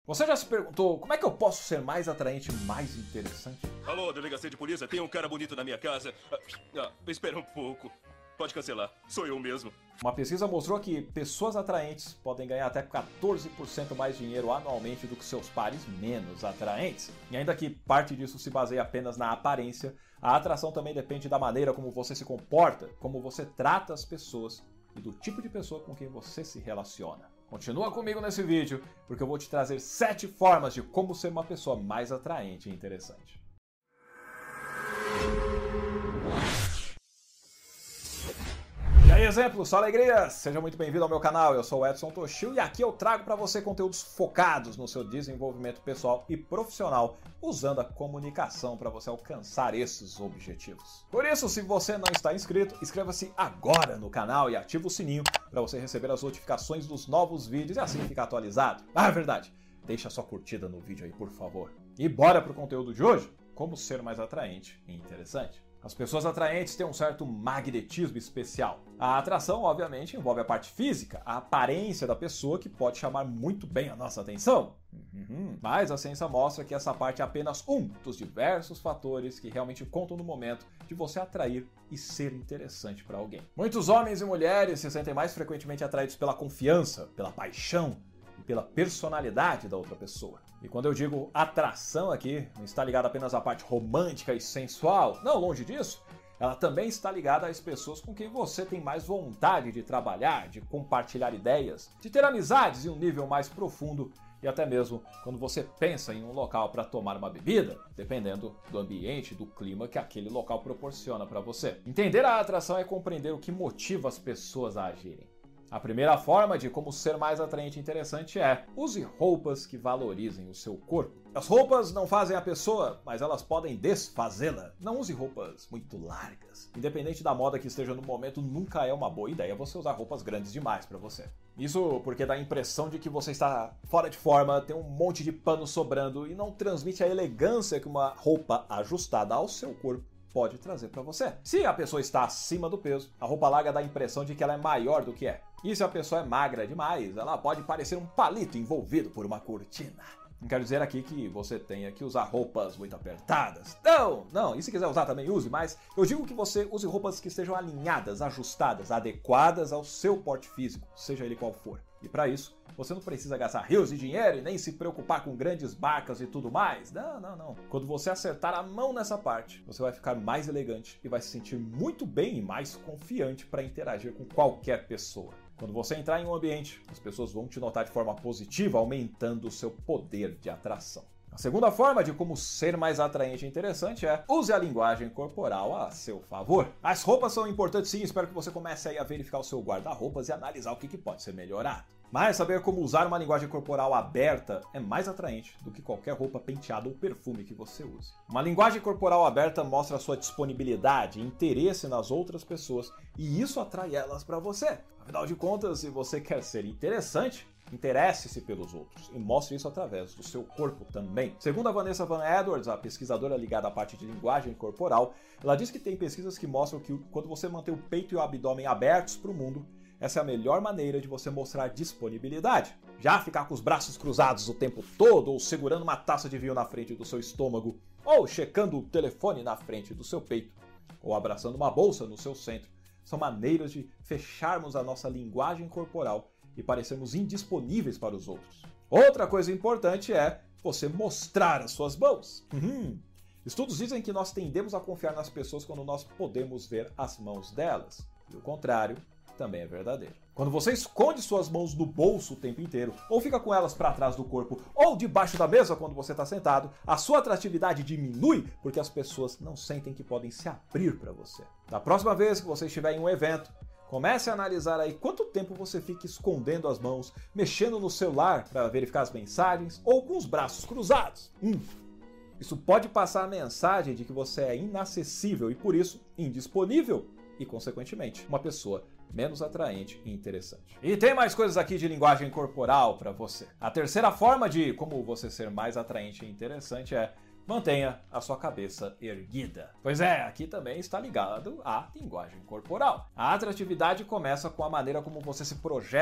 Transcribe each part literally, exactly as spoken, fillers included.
Você já se perguntou como é que eu posso ser mais atraente e mais interessante? Alô, delegacia de polícia, tem um cara bonito na minha casa. Ah, ah, espera um pouco. Pode cancelar, sou eu mesmo. Uma pesquisa mostrou que pessoas atraentes podem ganhar até quatorze por cento mais dinheiro anualmente do que seus pares menos atraentes. E ainda que parte disso se baseie apenas na aparência, a atração também depende da maneira como você se comporta, como você trata as pessoas e do tipo de pessoa com quem você se relaciona. Continua comigo nesse vídeo, porque eu vou te trazer sete formas de como ser uma pessoa mais atraente e interessante. E aí, exemplo, só alegria! Seja muito bem-vindo ao meu canal, eu sou o Edson Toshio e aqui eu trago para você conteúdos focados no seu desenvolvimento pessoal e profissional, usando a comunicação para você alcançar esses objetivos. Por isso, se você não está inscrito, inscreva-se agora no canal e ative o sininho para você receber as notificações dos novos vídeos e assim ficar atualizado. Ah, é verdade! Deixa sua curtida no vídeo aí, por favor. E bora pro conteúdo de hoje? Como ser mais atraente e interessante. As pessoas atraentes têm um certo magnetismo especial. A atração, obviamente, envolve a parte física, a aparência da pessoa que pode chamar muito bem a nossa atenção. Uhum. Mas a ciência mostra que essa parte é apenas um dos diversos fatores que realmente contam no momento de você atrair e ser interessante para alguém. Muitos homens e mulheres se sentem mais frequentemente atraídos pela confiança, pela paixão, pela personalidade da outra pessoa. E quando eu digo atração aqui, não está ligada apenas à parte romântica e sensual. Não, longe disso. Ela também está ligada às pessoas com quem você tem mais vontade de trabalhar, de compartilhar ideias, de ter amizades em um nível mais profundo e até mesmo quando você pensa em um local para tomar uma bebida, dependendo do ambiente, do clima que aquele local proporciona para você. Entender a atração é compreender o que motiva as pessoas a agirem. A primeira forma de como ser mais atraente e interessante é: use roupas que valorizem o seu corpo. As roupas não fazem a pessoa, mas elas podem desfazê-la. Não use roupas muito largas. Independente da moda que esteja no momento, nunca é uma boa ideia você usar roupas grandes demais para você. Isso porque dá a impressão de que você está fora de forma, tem um monte de pano sobrando e não transmite a elegância que uma roupa ajustada ao seu corpo pode trazer para você. Se a pessoa está acima do peso, a roupa larga dá a impressão de que ela é maior do que é. E se a pessoa é magra demais, ela pode parecer um palito envolvido por uma cortina. Não quero dizer aqui que você tenha que usar roupas muito apertadas. Não, não, e se quiser usar também use, mas eu digo que você use roupas que estejam alinhadas, ajustadas, adequadas ao seu porte físico, seja ele qual for. E para isso, você não precisa gastar rios de dinheiro e nem se preocupar com grandes marcas e tudo mais. Não, não, não. Quando você acertar a mão nessa parte, você vai ficar mais elegante e vai se sentir muito bem e mais confiante para interagir com qualquer pessoa. Quando você entrar em um ambiente, as pessoas vão te notar de forma positiva, aumentando o seu poder de atração. A segunda forma de como ser mais atraente e interessante é: use a linguagem corporal a seu favor. As roupas são importantes sim, espero que você comece aí a verificar o seu guarda-roupas e analisar o que, que pode ser melhorado. Mas saber como usar uma linguagem corporal aberta é mais atraente do que qualquer roupa penteada ou perfume que você use. Uma linguagem corporal aberta mostra a sua disponibilidade e interesse nas outras pessoas e isso atrai elas para você. Afinal de contas, se você quer ser interessante, interesse-se pelos outros e mostre isso através do seu corpo também. Segundo a Vanessa Van Edwards, a pesquisadora ligada à parte de linguagem corporal, ela diz que tem pesquisas que mostram que quando você mantém o peito e o abdômen abertos para o mundo, essa é a melhor maneira de você mostrar disponibilidade. Já ficar com os braços cruzados o tempo todo, ou segurando uma taça de vinho na frente do seu estômago, ou checando o telefone na frente do seu peito, ou abraçando uma bolsa no seu centro, são maneiras de fecharmos a nossa linguagem corporal e parecermos indisponíveis para os outros. Outra coisa importante é você mostrar as suas mãos. Uhum. Estudos dizem que nós tendemos a confiar nas pessoas quando nós podemos ver as mãos delas. E o contrário também é verdadeiro. Quando você esconde suas mãos no bolso o tempo inteiro, ou fica com elas para trás do corpo, ou debaixo da mesa quando você está sentado, a sua atratividade diminui porque as pessoas não sentem que podem se abrir para você. Da próxima vez que você estiver em um evento, comece a analisar aí quanto tempo você fica escondendo as mãos, mexendo no celular para verificar as mensagens, ou com os braços cruzados. Hum. Isso pode passar a mensagem de que você é inacessível e, por isso, indisponível e, consequentemente, uma pessoa menos atraente e interessante. E tem mais coisas aqui de linguagem corporal para você. A terceira forma de como você ser mais atraente e interessante é: mantenha a sua cabeça erguida. Pois é, aqui também está ligado à linguagem corporal. A atratividade começa com a maneira como você se projeta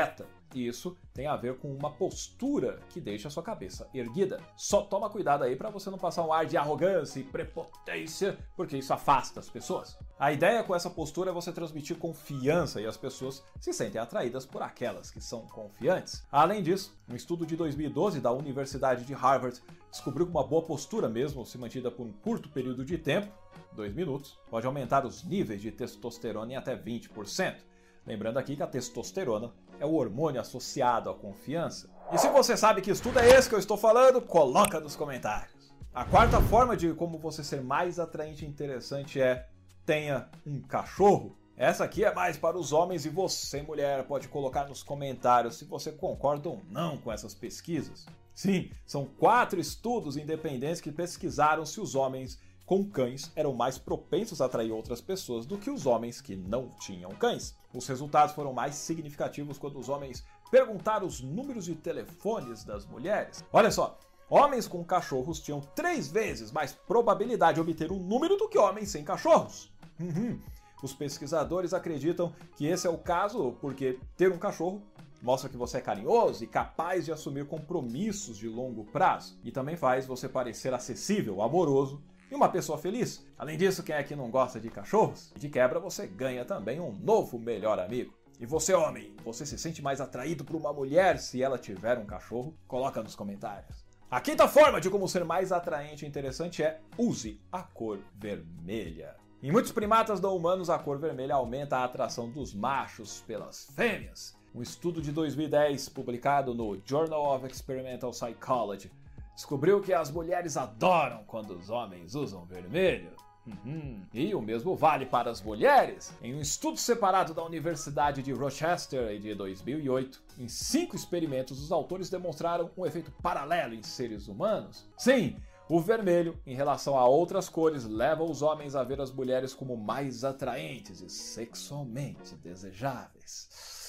E isso tem a ver com uma postura que deixa a sua cabeça erguida. Só toma cuidado aí para você não passar um ar de arrogância e prepotência, porque isso afasta as pessoas. A ideia com essa postura é você transmitir confiança e as pessoas se sentem atraídas por aquelas que são confiantes. Além disso, um estudo de dois mil e doze da Universidade de Harvard descobriu que uma boa postura, mesmo se mantida por um curto período de tempo, dois minutos, pode aumentar os níveis de testosterona em até vinte por cento. Lembrando aqui que a testosterona é o hormônio associado à confiança. E se você sabe que estudo é esse que eu estou falando, coloca nos comentários. A quarta forma de como você ser mais atraente e interessante é: tenha um cachorro. Essa aqui é mais para os homens e você, mulher, pode colocar nos comentários se você concorda ou não com essas pesquisas. Sim, são quatro estudos independentes que pesquisaram se os homens com cães eram mais propensos a atrair outras pessoas do que os homens que não tinham cães. Os resultados foram mais significativos quando os homens perguntaram os números de telefones das mulheres. Olha só, homens com cachorros tinham três vezes mais probabilidade de obter um número do que homens sem cachorros. Uhum. Os pesquisadores acreditam que esse é o caso porque ter um cachorro mostra que você é carinhoso e capaz de assumir compromissos de longo prazo. E também faz você parecer acessível, amoroso e uma pessoa feliz. Além disso, quem é que não gosta de cachorros? De quebra, você ganha também um novo melhor amigo. E você, homem, você se sente mais atraído por uma mulher se ela tiver um cachorro? Coloca nos comentários. A quinta forma de como ser mais atraente e interessante é: use a cor vermelha. Em muitos primatas não humanos, a cor vermelha aumenta a atração dos machos pelas fêmeas. Um estudo de dois mil e dez, publicado no Journal of Experimental Psychology, descobriu que as mulheres adoram quando os homens usam vermelho. Uhum. E o mesmo vale para as mulheres. Em um estudo separado da Universidade de Rochester de dois mil e oito, em cinco experimentos, os autores demonstraram um efeito paralelo em seres humanos. Sim, o vermelho, em relação a outras cores, leva os homens a ver as mulheres como mais atraentes e sexualmente desejáveis.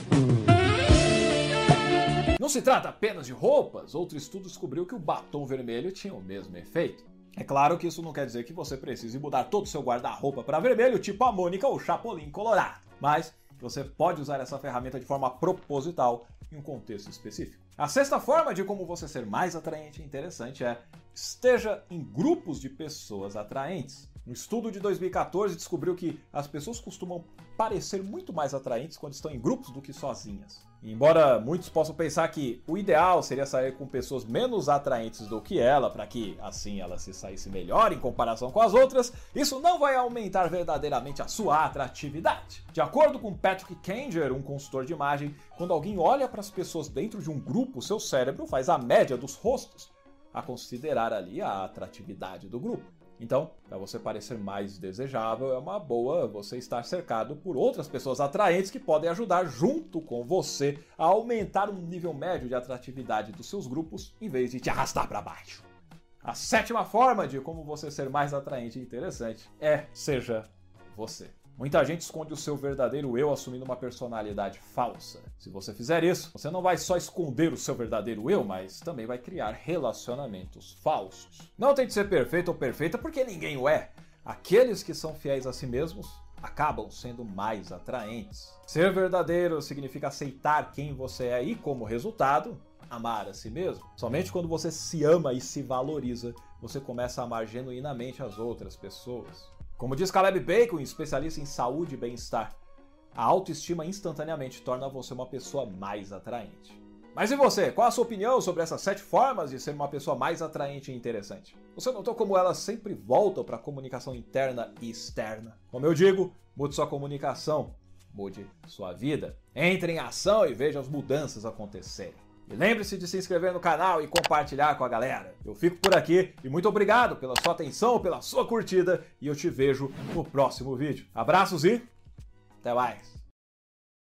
Não se trata apenas de roupas. Outro estudo descobriu que o batom vermelho tinha o mesmo efeito. É claro que isso não quer dizer que você precise mudar todo o seu guarda-roupa para vermelho, tipo a Mônica ou o Chapolin Colorado. Mas você pode usar essa ferramenta de forma proposital em um contexto específico. A sexta forma de como você ser mais atraente e interessante é: esteja em grupos de pessoas atraentes. Um estudo de dois mil e quatorze descobriu que as pessoas costumam parecer muito mais atraentes quando estão em grupos do que sozinhas. E embora muitos possam pensar que o ideal seria sair com pessoas menos atraentes do que ela, para que assim ela se saísse melhor em comparação com as outras, isso não vai aumentar verdadeiramente a sua atratividade. De acordo com Patrick Kanger, um consultor de imagem, quando alguém olha para as pessoas dentro de um grupo, seu cérebro faz a média dos rostos, a considerar ali a atratividade do grupo. Então, para você parecer mais desejável, é uma boa você estar cercado por outras pessoas atraentes que podem ajudar junto com você a aumentar o nível médio de atratividade dos seus grupos, em vez de te arrastar para baixo. A sétima forma de como você ser mais atraente e interessante é: seja você. Muita gente esconde o seu verdadeiro eu assumindo uma personalidade falsa. Se você fizer isso, você não vai só esconder o seu verdadeiro eu, mas também vai criar relacionamentos falsos. Não tente ser perfeito ou perfeita, porque ninguém o é. Aqueles que são fiéis a si mesmos acabam sendo mais atraentes. Ser verdadeiro significa aceitar quem você é e, como resultado, amar a si mesmo. Somente quando você se ama e se valoriza, você começa a amar genuinamente as outras pessoas. Como diz Caleb Bacon, especialista em saúde e bem-estar, a autoestima instantaneamente torna você uma pessoa mais atraente. Mas e você? Qual a sua opinião sobre essas sete formas de ser uma pessoa mais atraente e interessante? Você notou como elas sempre voltam para a comunicação interna e externa? Como eu digo, mude sua comunicação, mude sua vida. Entre em ação e veja as mudanças acontecerem. E lembre-se de se inscrever no canal e compartilhar com a galera. Eu fico por aqui e muito obrigado pela sua atenção, pela sua curtida, e eu te vejo no próximo vídeo. Abraços e até mais!